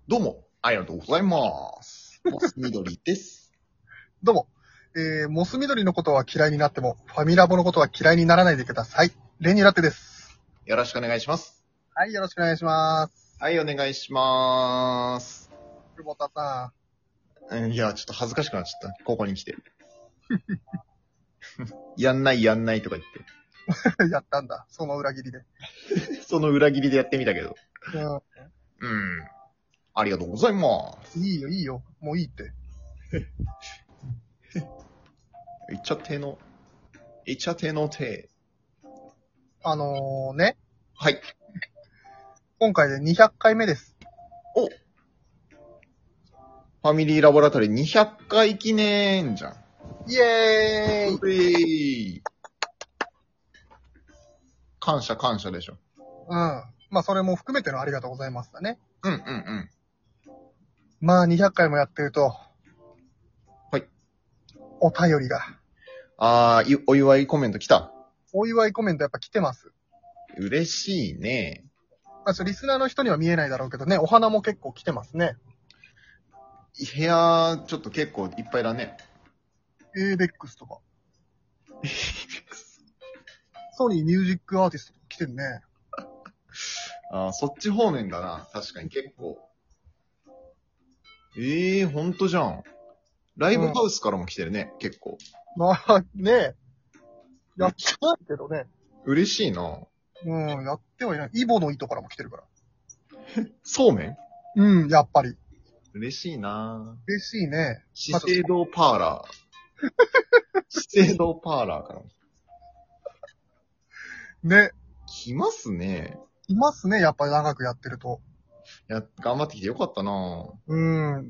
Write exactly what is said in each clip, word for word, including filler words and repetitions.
どうも、ありがとうございます。モス緑です。 どうも、えー、モス緑のことは嫌いになっても、ファミラボのことは嫌いにならないでください。レニーラテです。 よろしくお願いします。 はい、よろしくお願いします。 はい、お願いします。 久保田さうん、いや、ちょっと恥ずかしくなっちゃった。ここに来て。やんないやんないとか言っん。やったんだ。その裏切りで。 て。その裏切りでやってみたけど。 ううん。ありがとうございまん。いいよ、いいよ。もういいって。 す。いっちゃっての。いっちゃっての手。 あのー、ね。 はい。 今回でにひゃっかいめです。 おファミリーラボラトリーにひゃっかい記念じゃん。 イエーイうえー感謝感謝でしょ。 うん。まあ、それも含めてのありがとうございますだね。 うんうんうん。 まあ、にひゃっかいもやってると。 はい。 お便りが。 あー、いお祝いコメント来た。 お祝いコメントやっぱ来てます。 嬉しいね。 まあ、ちょリスナーの人には見えないだろうけどね、お花も結構来てますね。 部屋、ちょっと結構いっぱいだね。 エーベックス とか。ソニーミュージックアーティストとか来てるね。 あー、そっち方面だな。確かに結構。ええー、ほんとじゃん。ライブハウスからも来てるね、結構。 まあ、ねやってないけどね。 嬉しいな。 うん、やってはいない。イボの糸からも来てるから。 そうめんうん、やっぱり。 嬉しいな。 嬉しいね。 資生堂パーラー。資生堂パーラーからも。 ね。 来ますね。 いますね、やっぱり長くやってると。 いや、頑張ってきてよかったな。 うん。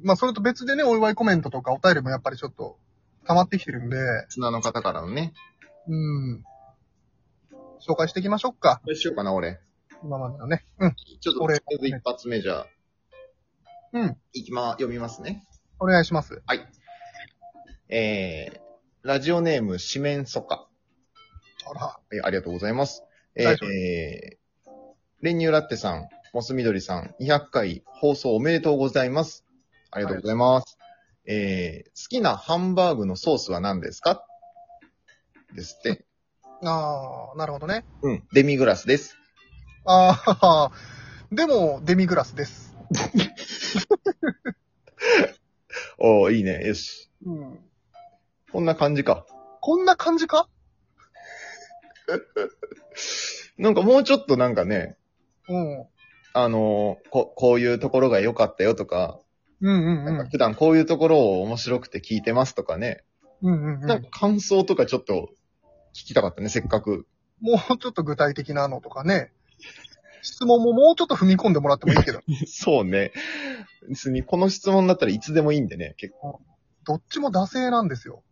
まあ、それと別でね、お祝いコメントとかお便りもやっぱりちょっと溜まってきてるんで、 砂の方からのね。 うん。紹介していきましょうか。 これしようかな、俺。 今までのね。うん。 ちょっと、と俺りあえず一発目じゃあ、 うん。 いきま、読みますね。 お願いします。 はい。えー、ラジオネーム、四面楚歌。 あら。 えーありがとうございます。えー大丈夫えー、練乳ラッテさん、モスみどりさん、にひゃっかい放送おめでとうございます。ありがとうございます。えー、好きなハンバーグのソースは何ですかですって。 あー、なるほどね。 うん、デミグラスです。 ああ、でも、デミグラスです。 おー、いいね。よし。 うん。 こんな感じか。 こんな感じかなんかもうちょっとなんかね、 うん。 あのーこ、こういうところが良かったよとか、 うんうんうん。 なんか普段こういうところを面白くて聞いてますとかね。 うんうんうん。 なんか感想とかちょっと聞きたかったね、せっかく。 もうちょっと具体的なのとかね。質問ももうちょっと踏み込んでもらってもいいけど。 そうね。別にこの質問だったらいつでもいいんでね、結構。 どっちも惰性なんですよ。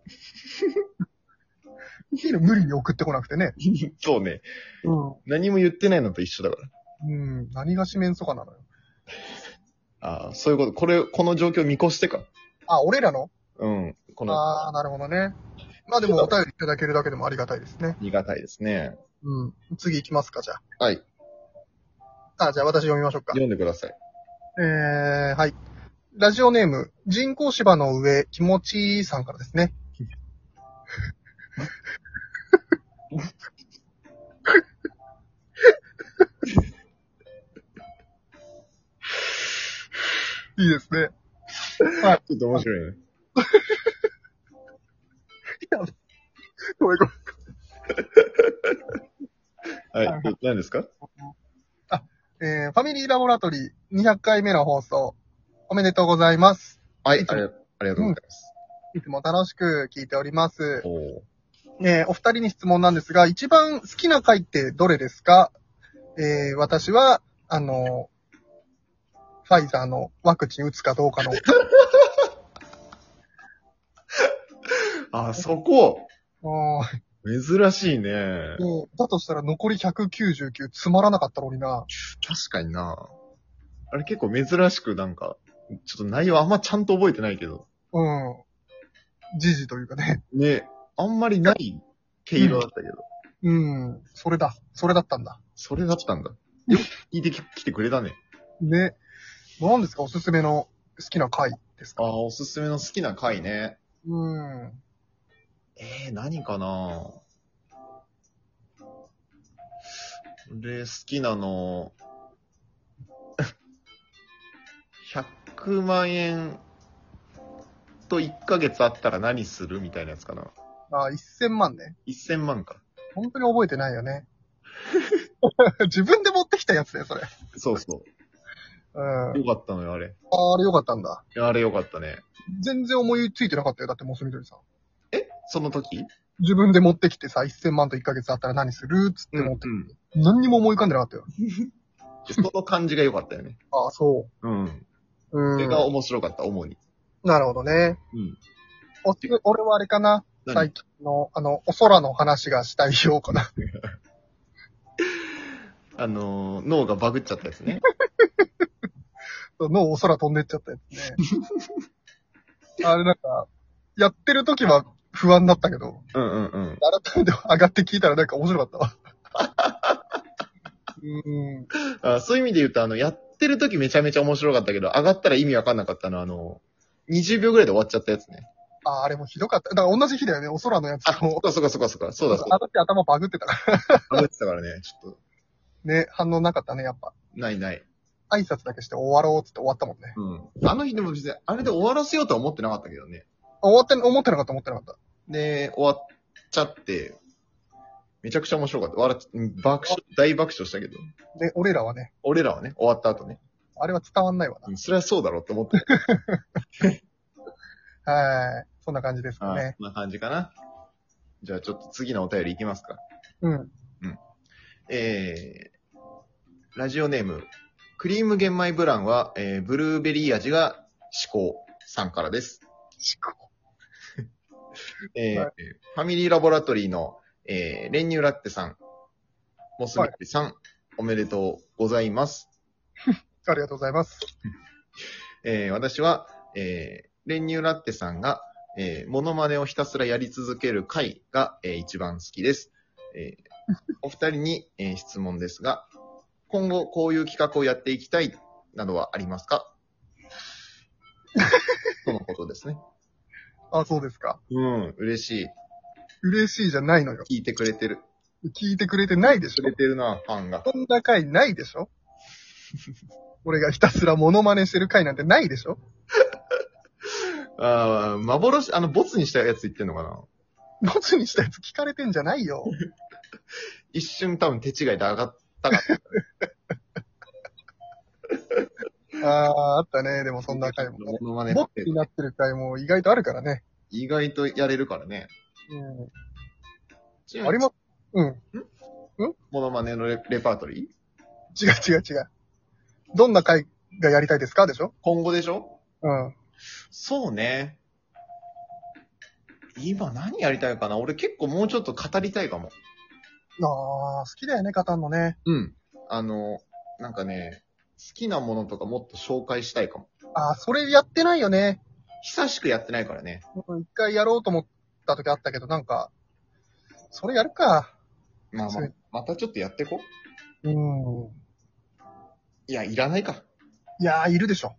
いいの無理に送ってこなくてね。 そうね。 うん。 何も言ってないのと一緒だから。 うん。何が四面楚歌なのよ。 ああ、そういうこと。これ、この状況見越してか。 あ、俺らのうん。この、 ああ、なるほどね。まあでもお便りいただけるだけでもありがたいですね。 ありがたいですね。 うん。次行きますか、じゃはい。 あ。あ、じゃあ私読みましょうか。 読んでください。 えー、はい。ラジオネーム、人工芝の上、気持ちいいさんからですね。いいですね。はい。 ちょっと面白いね。 ごめんごめん。 はい。 はいはい何ですか？ えー、ファミリーラボラトリーにひゃっかいめの放送、おめでとうございます。 はい。 いつもありがありがとうございます。 いつも楽しく聞いております。 おーえー、お二人に質問なんですが、一番好きな回ってどれですか？えー、私は、あの、ファイザーのワクチン打つかどうかの。 あ、そこ。 あー珍しいね。 もうだとしたら残りひゃくきゅうじゅうきゅうつまらなかったのにな。 確かにな。あれ結構珍しくなんか、ちょっと内容あんまちゃんと覚えてないけど。 うん。時事というかね。 ね、あんまりない毛色だったけど。 うん。それだ。それだったんだ。 それだったんだ。よく聞いてき来てくれたね。 ね。 何ですかおすすめの好きな回ですか？ ああ、おすすめの好きな回ね。 うん。 えー、何かな俺好きなの、ひゃくまん円といっかげつあったら何するみたいなやつかな。 あ、せんまんね。 せんまんか。 本当に覚えてないよね。自分で持ってきたやつだよ、それ。 そうそうん。 う。よかったのよ、あれ。 ああれよかったんだ。 いやあれよかったね。 全然思いついてなかったよ。だって、モスみどりさん。 えその時自分で持ってきてさ、せんまんといっかげつあったら何するつってうん、 持ってうん。 きて。何にも思い浮かんでなかったよ。 その感じが良かったよね。 ああ、そうん。 う。 それがうん。 面白かった、主に。 なるほどね。 うん。 おす俺はあれかな何最近の、あの、お空の話がしたいようかな。 あのー、脳がバグっちゃったやつね。 脳お空飛んでっちゃったやつね。あれなんか、やってる時は不安だったけど、 うんうんうん。 改めて上がって聞いたらなんか面白かったわ。うん。 あそういう意味で言うと、あの、やってる時めちゃめちゃ面白かったけど、上がったら意味わかんなかったのは、あの、にじゅうびょうぐらいで終わっちゃったやつね。 あ、あれもひどかった。だから同じ日だよね、お空のやつあ、そもっ。かそっかそっかそっか。そうだそうだ。 私頭バグってたかバグってたからね、ちょっと、 ら。ね、反応なかったね、やっぱ。 ないない。 挨拶だけして終わろうっつって終わったもんね。 うん。あの日でも別に、あれで終わらせようとは思ってなかったけどね。 終わって、思ってなかった、思ってなかった。 で、終わっちゃって、めちゃくちゃ面白かった。笑っうん爆笑、大爆笑したけど。 で、俺らはね、 俺らはね、終わった後ね。 あれは伝わんないわうんそれはそうだろうって思って。 な。はい。そんな感じですかあね。 こんな感じかな。じゃあちょっと次のお便りいきますか。 うん。 えー、ラジオネーム、クリーム玄米ブランは、えー、ブルーベリー味が至高さんからです。えーはいファミリーラボラトリーの、えー、練乳ラッテさん、モスミッチさん、おめでとうございます。 ありがとうございます。 えー、私は、えー、練乳ラッテさんが、えー、モノマネをひたすらやり続ける回が、えー、一番好きです。えー、お二人に、えー、質問ですが、今後こういう企画をやっていきたいなどはありますかとのことですね。 あ、そうですか。 うん、嬉しい。 嬉しいじゃないのよ。 聞いてくれてる。 聞いてくれてないでしょ。 くれてるな、ファンが。 そんな回ないでしょ。俺がひたすらモノマネしてる回なんてないでしょ。 ああ、幻、あの、ボツにしたやつ言ってんのかなボツにしたやつ聞かれてんじゃないよ。 一瞬多分手違いで上がったかった。 ああ、あったね。でもそんな回も、ね。 モノマネボツになってる回も意外とあるからね。 意外とやれるからね。 うん。ありま、うん。 モノマネのレレパートリー違う違う違う。どんな回がやりたいですかでしょ。 今後でしょうん。 そうね。今何やりたいかな俺結構もうちょっと語りたいかも。 ああ、好きだよね、語んのね。 うん。あの、なんかね、好きなものとかもっと紹介したいかも。 ああ、それやってないよね。 久しくやってないからね。 うん一回やろうと思った時あったけど、なんか、それやるか。 まあまあそう、 またちょっとやってこ。 うん。 いや、いらないか。 いやー、いるでしょ。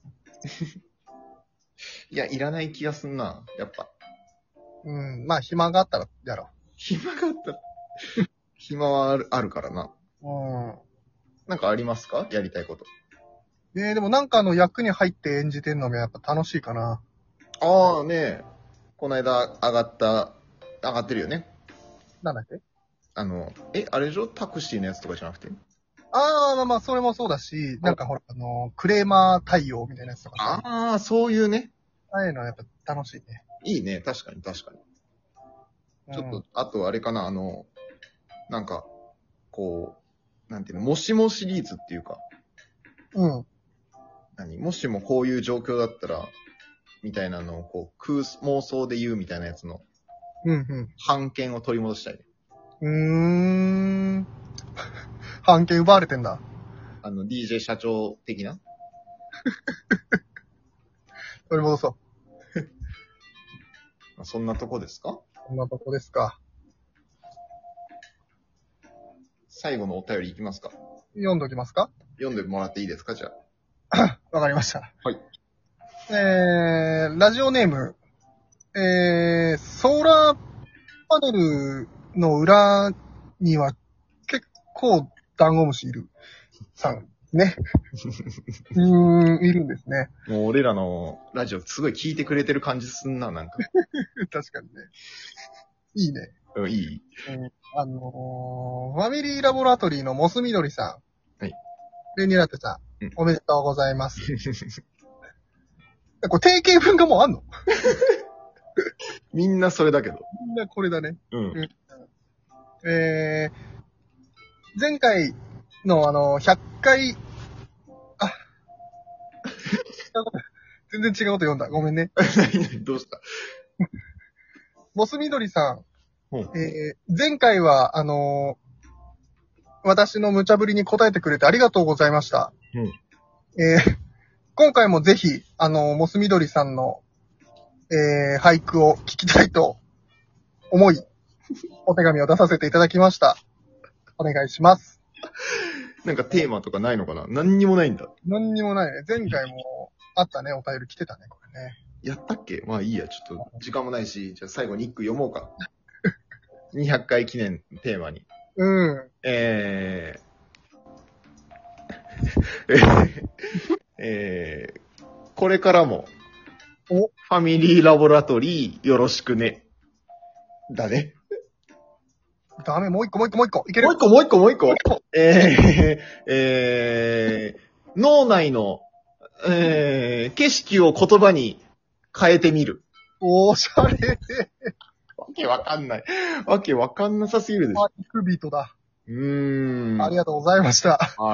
いや、いらない気がすんな。やっぱ。 うん。まあ、暇があったらやろ暇があったら。暇はある、あるからな。 う。うん。 なんかありますかやりたいこと。 えー、でもなんかあの役に入って演じてんのがやっぱ楽しいかな。 ああね、この間上がった、上がってるよね。 なんだっけ。 あの、え、あれでしょタクシーのやつとかじゃなくて。 あー、まあまあ、それもそうだし、なんかほら、あの、クレーマー対応みたいなやつとかさ。 ああ、そういうね。 ああいうのはやっぱ楽しいね。 いいね。確かに確かに。ちょっと、 うん、 あとあれかな、あの、なんか、こう、なんていうの、もしもシリーズっていうか、 うん。 何もしもこういう状況だったら、みたいなのを、こう、空妄想で言うみたいなやつの、 うん、 判権を取り戻したいね。 うん。うーん。判権奪われてんだ。 あの、ディージェー 社長的な。 取り戻そう。 そんなとこですかこんなとこですか。 最後のお便りいきますか読んどきますか。 読んでもらっていいですかじゃあ。 わかりました。 はい。 えー、ラジオネーム、えー、ソーラーパネルの裏には結構ダンゴムシいるさん。ね。うーん、いるんですね。 もう俺らのラジオすごい聞いてくれてる感じすんな、なんか。 確かにね。いいね。 うん、いい。 うん、あのー、ファミリーラボラトリーのモスみどりさん。 はい。 レニューラテさん、 うん、 おめでとうございます。これ定型文がもうあんの？ みんなそれだけど。 みんなこれだね。 うん。うん、 えー、前回のあの、ひゃっかい、あ、全然違うこと読んだ。ごめんね。 何々どうした？ モスみどりさん。 うん、 えー、前回は、あのー、私の無茶ぶりに答えてくれてありがとうございました。 うん。 えー、今回もぜひ、あのー、モスみどりさんの、えー、俳句を聞きたいと思い、お手紙を出させていただきました。お願いします。 なんかテーマとかないのかな？何にもないんだ。 何にもないね。前回もあったね、お便り来てたね、これね。 やったっけ？まあいいや、ちょっと時間もないし、じゃあ最後に一句読もうか。にひゃっかい記念テーマに。 うん。 えー、えー、これからも、 お、 ファミリーラボラトリーよろしくね。だね。 ダメ、もう一個、もう一個、もう一個。いける？ もう一個、もう一個、もう一個。えー、えー、脳内の、えー、景色を言葉に変えてみる。 おしゃれ。 わけわかんない。わけわかんなさすぎるでしょ。 マイクビートだ。 うーん。 ありがとうございました。